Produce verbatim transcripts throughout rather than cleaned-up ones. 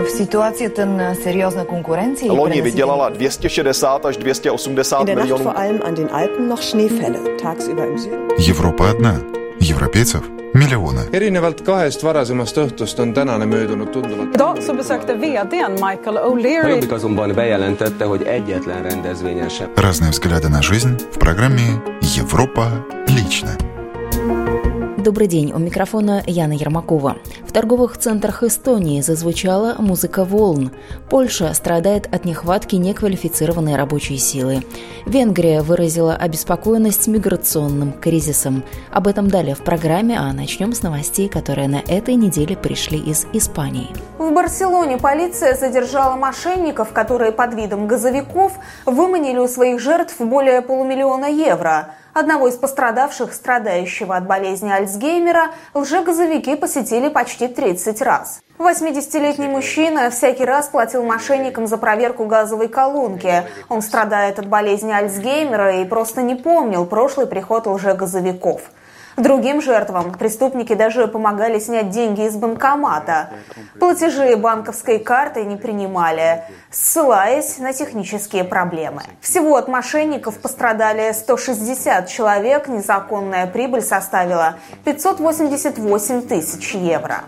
v situacii ten seriózna konkurenci. Loni vydělala dvě stě šedesát až dvě stě osmdesát milionů. vor allem an den Alpen noch Schneefälle, tagsüber im Süden. Европа одна. Европейцев миллионы. Erinevalt kahest varasemast õhtust on tänane möödunud tunduvalt. Idag så besökte V D:n Michael O'Leary. Jobbik azonban bejelentette, hogy egyetlen rendezvényen sem. Разные взгляды на жизнь в программе «Европа лично». Добрый день, у микрофона Яна Ермакова. В торговых центрах Эстонии зазвучала музыка волн. Польша страдает от нехватки неквалифицированной рабочей силы. Венгрия выразила обеспокоенность миграционным кризисом. Об этом далее в программе, а начнем с новостей, которые на этой неделе пришли из Испании. В Барселоне полиция задержала мошенников, которые под видом газовиков выманили у своих жертв более полумиллиона евро. Одного из пострадавших, страдающего от болезни Альцгеймера, лжегазовики посетили почти тридцать раз. восьмидесятилетний мужчина всякий раз платил мошенникам за проверку газовой колонки. Он страдает от болезни Альцгеймера и просто не помнил прошлый приход лжегазовиков. Другим жертвам преступники даже помогали снять деньги из банкомата. Платежи банковской картой не принимали, ссылаясь на технические проблемы. Всего от мошенников пострадали сто шестьдесят человек, незаконная прибыль составила пятьсот восемьдесят восемь тысяч евро.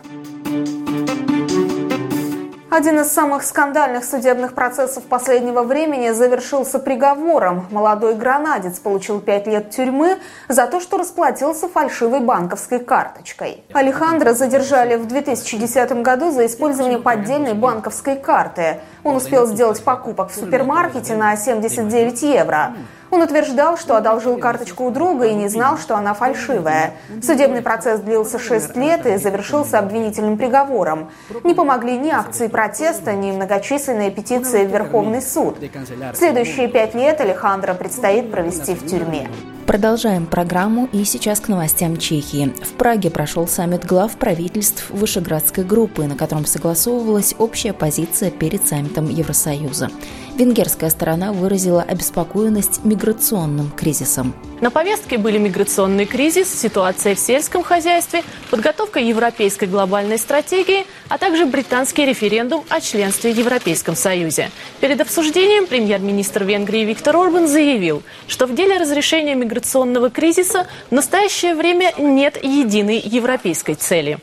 Один из самых скандальных судебных процессов последнего времени завершился приговором. Молодой гранадец получил пять лет тюрьмы за то, что расплатился фальшивой банковской карточкой. Алехандро задержали в две тысячи десятом году за использование поддельной банковской карты. Он успел сделать покупок в супермаркете на семьдесят девять евро. Он утверждал, что одолжил карточку у друга и не знал, что она фальшивая. Судебный процесс длился шесть лет и завершился обвинительным приговором. Не помогли ни акции протеста, ни многочисленные петиции в Верховный суд. Следующие пять лет Алехандро предстоит провести в тюрьме. Продолжаем программу и сейчас к новостям Чехии. В Праге прошел саммит глав правительств Вышеградской группы, на котором согласовывалась общая позиция перед саммитом Евросоюза. Венгерская сторона выразила обеспокоенность миграционным кризисом. На повестке были миграционный кризис, ситуация в сельском хозяйстве, подготовка европейской глобальной стратегии, а также британский референдум о членстве в Европейском Союзе. Перед обсуждением премьер-министр Венгрии Виктор Орбан заявил, что в деле разрешения миграционного кризиса в настоящее время нет единой европейской цели.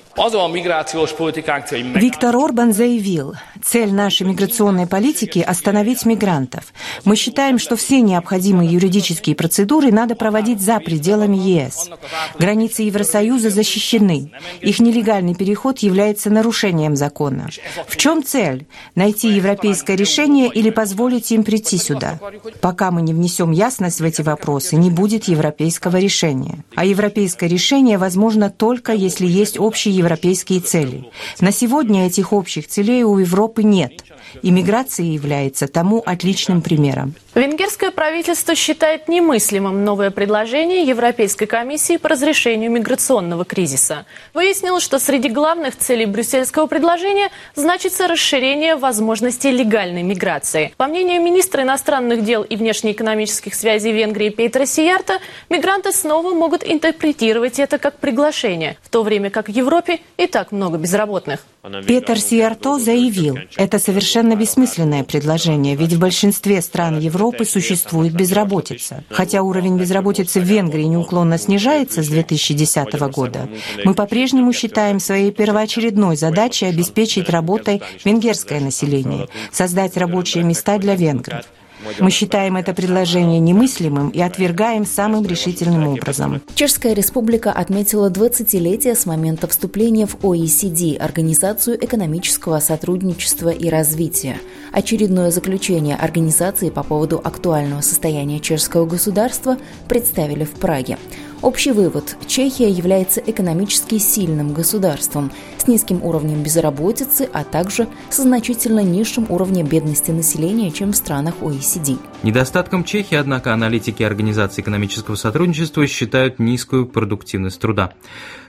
Виктор Орбан заявил, цель нашей миграционной политики – остановить мигрантов. Мы считаем, что все необходимые юридические процедуры надо проводить за пределами ЕС. Границы Евросоюза защищены. Их нелегальный переход является нарушением закона. В чем цель? Найти европейское решение или позволить им прийти сюда? Пока мы не внесем ясность в эти вопросы, не будет европейского решения. А европейское решение возможно только, если есть общие европейские цели. На сегодня этих общих целей у Европы нет. Иммиграция является тому отличным примером. Венгерское правительство считает немыслимым новое предложение Европейской комиссии по разрешению миграционного кризиса. Выяснилось, что среди главных целей брюссельского предложения значится расширение возможностей легальной миграции. По мнению министра иностранных дел и внешнеэкономических связей Венгрии Петра Сиярта, мигранты снова могут интерпретировать это как приглашение, в то время как в Европе и так много безработных. Петр Сиярто заявил, это совершенно бессмысленное предложение, ведь в большинстве стран Европы существует безработица. Хотя уровень безработицы в Венгрии неуклонно снижается с две тысячи десятого года, мы по-прежнему считаем своей первоочередной задачей обеспечить работой венгерское население, создать рабочие места для венгров. Мы считаем это предложение немыслимым и отвергаем самым решительным образом. Чешская республика отметила двадцатилетие с момента вступления в О И Си Ди, Организацию экономического сотрудничества и развития. Очередное заключение организации по поводу актуального состояния чешского государства представили в Праге. Общий вывод – Чехия является экономически сильным государством с низким уровнем безработицы, а также со значительно низшим уровнем бедности населения, чем в странах О И Си Ди. Недостатком Чехии, однако, аналитики Организации экономического сотрудничества считают низкую продуктивность труда.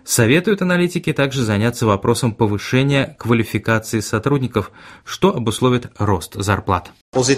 Советуют аналитики также заняться вопросом повышения квалификации сотрудников, что обусловит рост зарплат.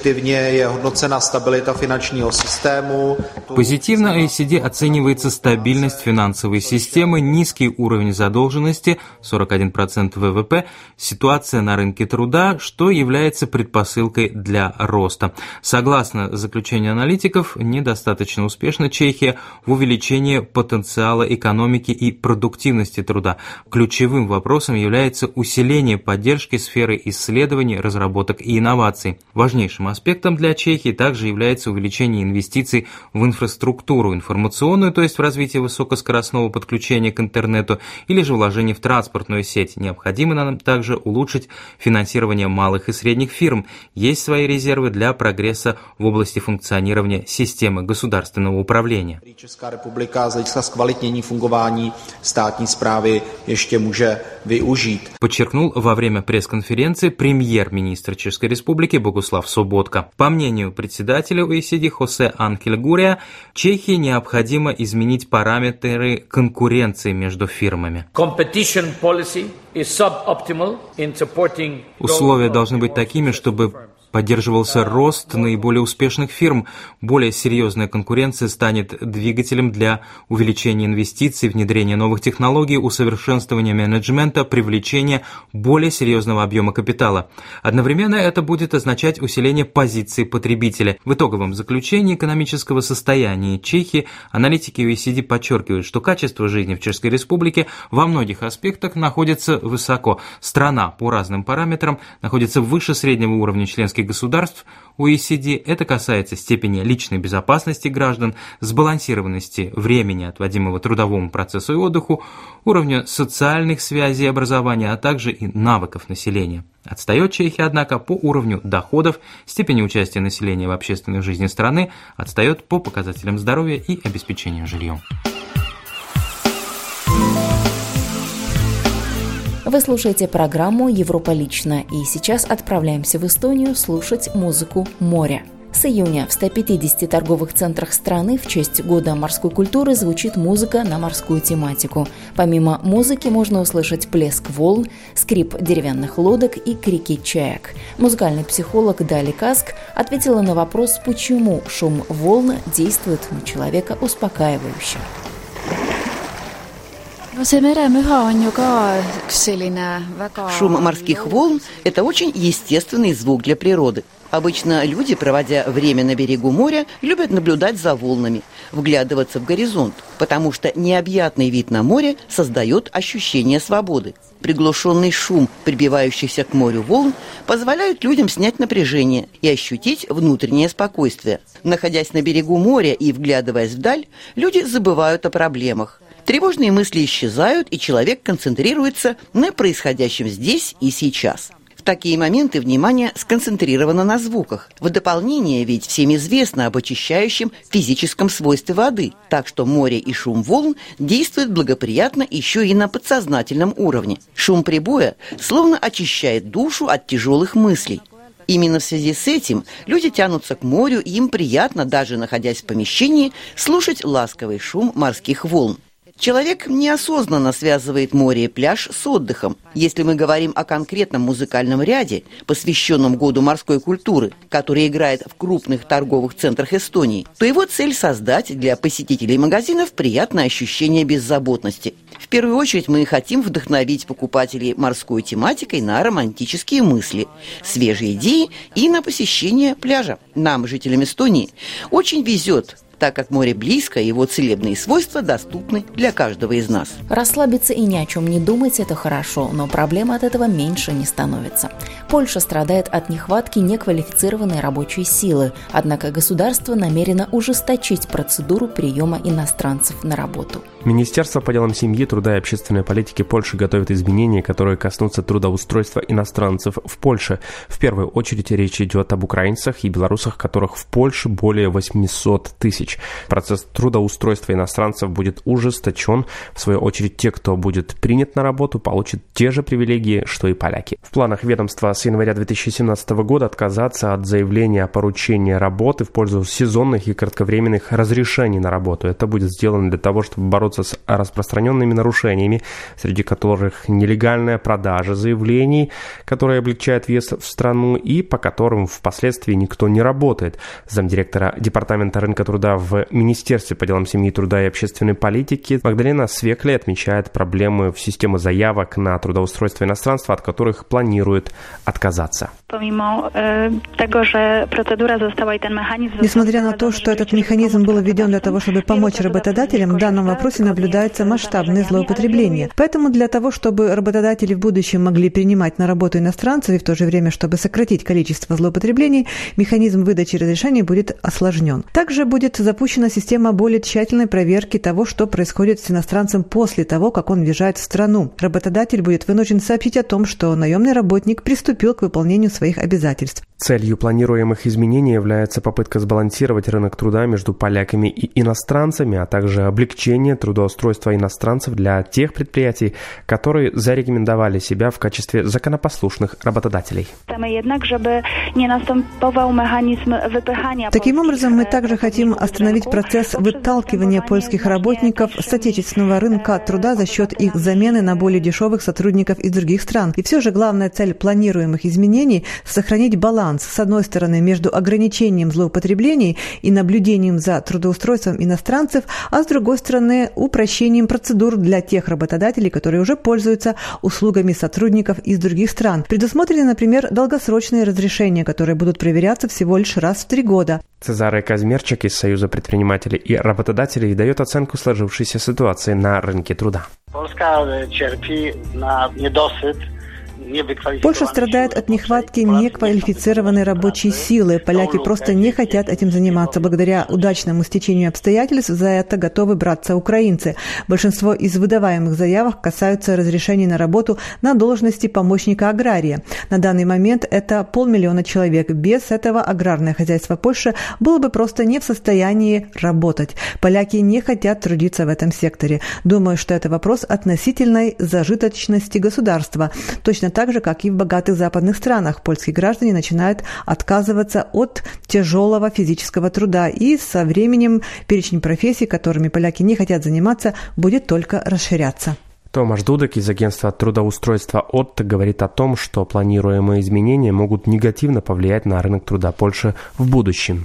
Позитивно эй си ди оценивается стабильность финансовой системы, низкий уровень задолженности, сорок один процент вэ вэ пэ, ситуация на рынке труда, что является предпосылкой для роста. Согласно заключению аналитиков, недостаточно успешна Чехия в увеличении потенциала экономики и продуктивности труда. Ключевым вопросом является усиление поддержки сферы исследований, разработок и инноваций. Важнейшим аспектом для Чехии также является увеличение инвестиций в инфраструктуру информационную, то есть в развитие высокоскоростного подключения к интернету, или же вложение в транспортную сеть. Необходимо нам также улучшить финансирование малых и средних фирм. Есть свои резервы для прогресса в области функционирования системы государственного управления. Česká republika z hlediska zkvalitnění fungování státní správy ještě může využít. Подчеркнул во время пресс-конференции премьер-министр Чешской Республики Богуслав Соботка. По мнению председателя о и си ди Хосе Анхель Гурия, Чехии необходимо изменить параметры конкуренции между фирмами. Условия должны быть такими, чтобы поддерживался рост наиболее успешных фирм. Более серьезная конкуренция станет двигателем для увеличения инвестиций, внедрения новых технологий, усовершенствования менеджмента, привлечения более серьезного объема капитала. Одновременно это будет означать усиление позиции потребителя. В итоговом заключении экономического состояния Чехии аналитики о и си ди подчеркивают, что качество жизни в Чешской Республике во многих аспектах находится высоко. Страна по разным параметрам находится выше среднего уровня членских государств о и си ди. Это касается степени личной безопасности граждан, сбалансированности времени, отводимого трудовому процессу и отдыху, уровня социальных связей и образования, а также и навыков населения. Отстает Чехия, однако, по уровню доходов, степени участия населения в общественной жизни страны, отстает по показателям здоровья и обеспечения жильем. Вы слушаете программу «Европа лично», и сейчас отправляемся в Эстонию слушать музыку моря. С июня в ста пятидесяти торговых центрах страны в честь Года морской культуры звучит музыка на морскую тематику. Помимо музыки можно услышать плеск волн, скрип деревянных лодок и крики чаек. Музыкальный психолог Дали Каск ответила на вопрос, почему шум волн действует на человека успокаивающе. Шум морских волн – это очень естественный звук для природы. Обычно люди, проводя время на берегу моря, любят наблюдать за волнами, вглядываться в горизонт, потому что необъятный вид на море создает ощущение свободы. Приглушенный шум прибивающихся к морю волн позволяет людям снять напряжение и ощутить внутреннее спокойствие. Находясь на берегу моря и вглядываясь вдаль, люди забывают о проблемах. Тревожные мысли исчезают, и человек концентрируется на происходящем здесь и сейчас. В такие моменты внимание сконцентрировано на звуках. В дополнение, ведь всем известно об очищающем физическом свойстве воды, так что море и шум волн действуют благоприятно еще и на подсознательном уровне. Шум прибоя словно очищает душу от тяжелых мыслей. Именно в связи с этим люди тянутся к морю, и им приятно, даже находясь в помещении, слушать ласковый шум морских волн. Человек неосознанно связывает море и пляж с отдыхом. Если мы говорим о конкретном музыкальном ряде, посвященном Году морской культуры, который играет в крупных торговых центрах Эстонии, то его цель создать для посетителей магазинов приятное ощущение беззаботности. В первую очередь мы хотим вдохновить покупателей морской тематикой на романтические мысли, свежие идеи и на посещение пляжа. Нам, жителям Эстонии, очень везет, так как море близко, его целебные свойства доступны для каждого из нас. Расслабиться и ни о чем не думать – это хорошо, но проблем от этого меньше не становится. Польша страдает от нехватки неквалифицированной рабочей силы, однако государство намерено ужесточить процедуру приема иностранцев на работу. Министерство по делам семьи, труда и общественной политики Польши готовит изменения, которые коснутся трудоустройства иностранцев в Польше. В первую очередь речь идет об украинцах и белорусах, которых в Польше более восемьсот тысяч. Процесс трудоустройства иностранцев будет ужесточен. В свою очередь, те, кто будет принят на работу, получат те же привилегии, что и поляки. В планах ведомства с января две тысячи семнадцатого года отказаться от заявления о поручении работы в пользу сезонных и кратковременных разрешений на работу. Это будет сделано для того, чтобы бороться бороться с распространенными нарушениями, среди которых нелегальная продажа заявлений, которые облегчают въезд в страну и по которым впоследствии никто не работает. Замдиректора Департамента рынка труда в Министерстве по делам семьи, труда и общественной политики Магдалена Свекли отмечает проблемы в системе заявок на трудоустройство иностранцев, от которых планирует отказаться. Несмотря на то, что этот механизм был введен для того, чтобы помочь работодателям, в данном вопросе наблюдается масштабное злоупотребление. Поэтому для того, чтобы работодатели в будущем могли принимать на работу иностранцев и в то же время, чтобы сократить количество злоупотреблений, механизм выдачи разрешений будет осложнен. Также будет запущена система более тщательной проверки того, что происходит с иностранцем после того, как он въезжает в страну. Работодатель будет вынужден сообщить о том, что наемный работник приступил к выполнению своих обязательств. Целью планируемых изменений является попытка сбалансировать рынок труда между поляками и иностранцами, а также облегчение трудоустройства иностранцев для тех предприятий, которые зарекомендовали себя в качестве законопослушных работодателей. Таким образом, мы также хотим остановить процесс выталкивания польских работников с отечественного рынка труда за счет их замены на более дешевых сотрудников из других стран. И все же главная цель планируемых изменений – сохранить баланс, с одной стороны, между ограничением злоупотреблений и наблюдением за трудоустройством иностранцев, а с другой стороны, упрощением процедур для тех работодателей, которые уже пользуются услугами сотрудников из других стран. Предусмотрены, например, долгосрочные разрешения, которые будут проверяться всего лишь раз в три года. Цезаре Казмерчик из Союза предпринимателей и работодателей дает оценку сложившейся ситуации на рынке труда. Польша страдает от нехватки неквалифицированной рабочей силы. Поляки просто не хотят этим заниматься. Благодаря удачному стечению обстоятельств за это готовы браться украинцы. Большинство из выдаваемых заявок касаются разрешений на работу на должности помощника агрария. На данный момент это полмиллиона человек. Без этого аграрное хозяйство Польши было бы просто не в состоянии работать. Поляки не хотят трудиться в этом секторе. Думаю, что это вопрос относительной зажиточности государства. Точно так же, как и в богатых западных странах, польские граждане начинают отказываться от тяжелого физического труда, и со временем перечень профессий, которыми поляки не хотят заниматься, будет только расширяться. Томаш Дудек из агентства трудоустройства ОТТ говорит о том, что планируемые изменения могут негативно повлиять на рынок труда Польши в будущем.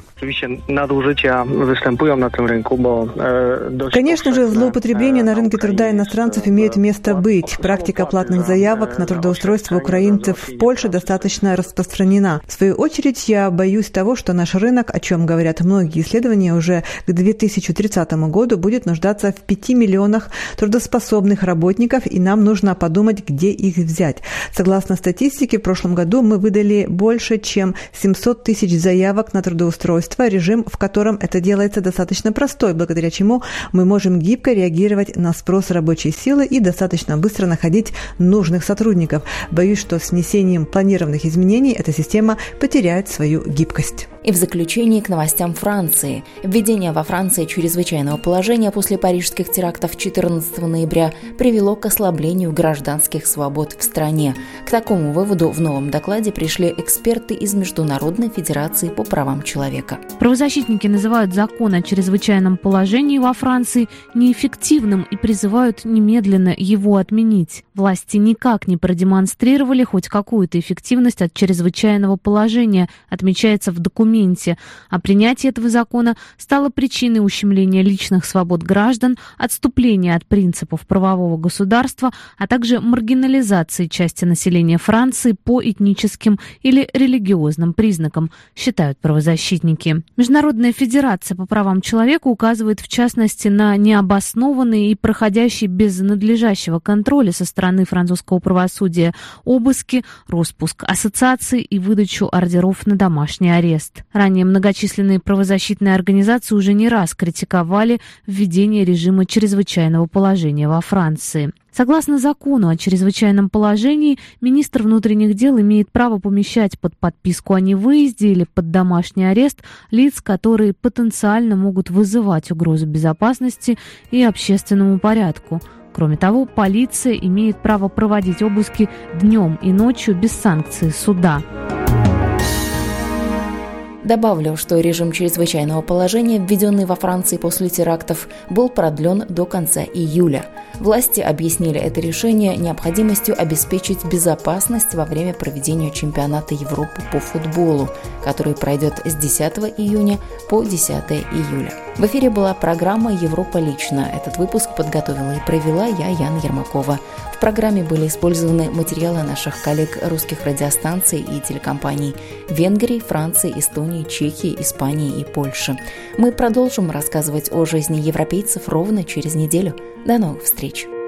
Конечно же, злоупотребления на рынке труда иностранцев имеют место быть. Практика платных заявок на трудоустройство украинцев в Польше достаточно распространена. В свою очередь, я боюсь того, что наш рынок, о чем говорят многие исследования, уже к две тысячи тридцатому году будет нуждаться в пяти миллионах трудоспособных работников, и нам нужно подумать, где их взять. Согласно статистике, в прошлом году мы выдали больше, чем семьсот тысяч заявок на трудоустройство, режим, в котором это делается, достаточно простой, благодаря чему мы можем гибко реагировать на спрос рабочей силы и достаточно быстро находить нужных сотрудников. Боюсь, что с внесением планированных изменений эта система потеряет свою гибкость. И в заключение к новостям Франции. Введение во Франции чрезвычайного положения после парижских терактов четырнадцатого ноября привело к ослаблению гражданских свобод в стране. К такому выводу в новом докладе пришли эксперты из Международной федерации по правам человека. Правозащитники называют закон о чрезвычайном положении во Франции неэффективным и призывают немедленно его отменить. Власти никак не продемонстрировали хоть какую-то эффективность от чрезвычайного положения, отмечается в документе. А принятие этого закона стало причиной ущемления личных свобод граждан, отступления от принципов правового государства, а также маргинализации части населения Франции по этническим или религиозным признакам, считают правозащитники. Международная федерация по правам человека указывает в частности на необоснованные и проходящие без надлежащего контроля со стороны французского правосудия обыски, распуск ассоциаций и выдачу ордеров на домашний арест. Ранее многочисленные правозащитные организации уже не раз критиковали введение режима чрезвычайного положения во Франции. Согласно закону о чрезвычайном положении, министр внутренних дел имеет право помещать под подписку о невыезде или под домашний арест лиц, которые потенциально могут вызывать угрозу безопасности и общественному порядку. Кроме того, полиция имеет право проводить обыски днем и ночью без санкций суда. Добавлю, что режим чрезвычайного положения, введенный во Франции после терактов, был продлен до конца июля. Власти объяснили это решение необходимостью обеспечить безопасность во время проведения чемпионата Европы по футболу, который пройдет с десятого июня по десятого июля. В эфире была программа «Европа лично». Этот выпуск подготовила и провела я, Яна Ермакова. В программе были использованы материалы наших коллег русских радиостанций и телекомпаний Венгрии, Франции, Эстонии, Чехии, Испании и Польши. Мы продолжим рассказывать о жизни европейцев ровно через неделю. До новых встреч!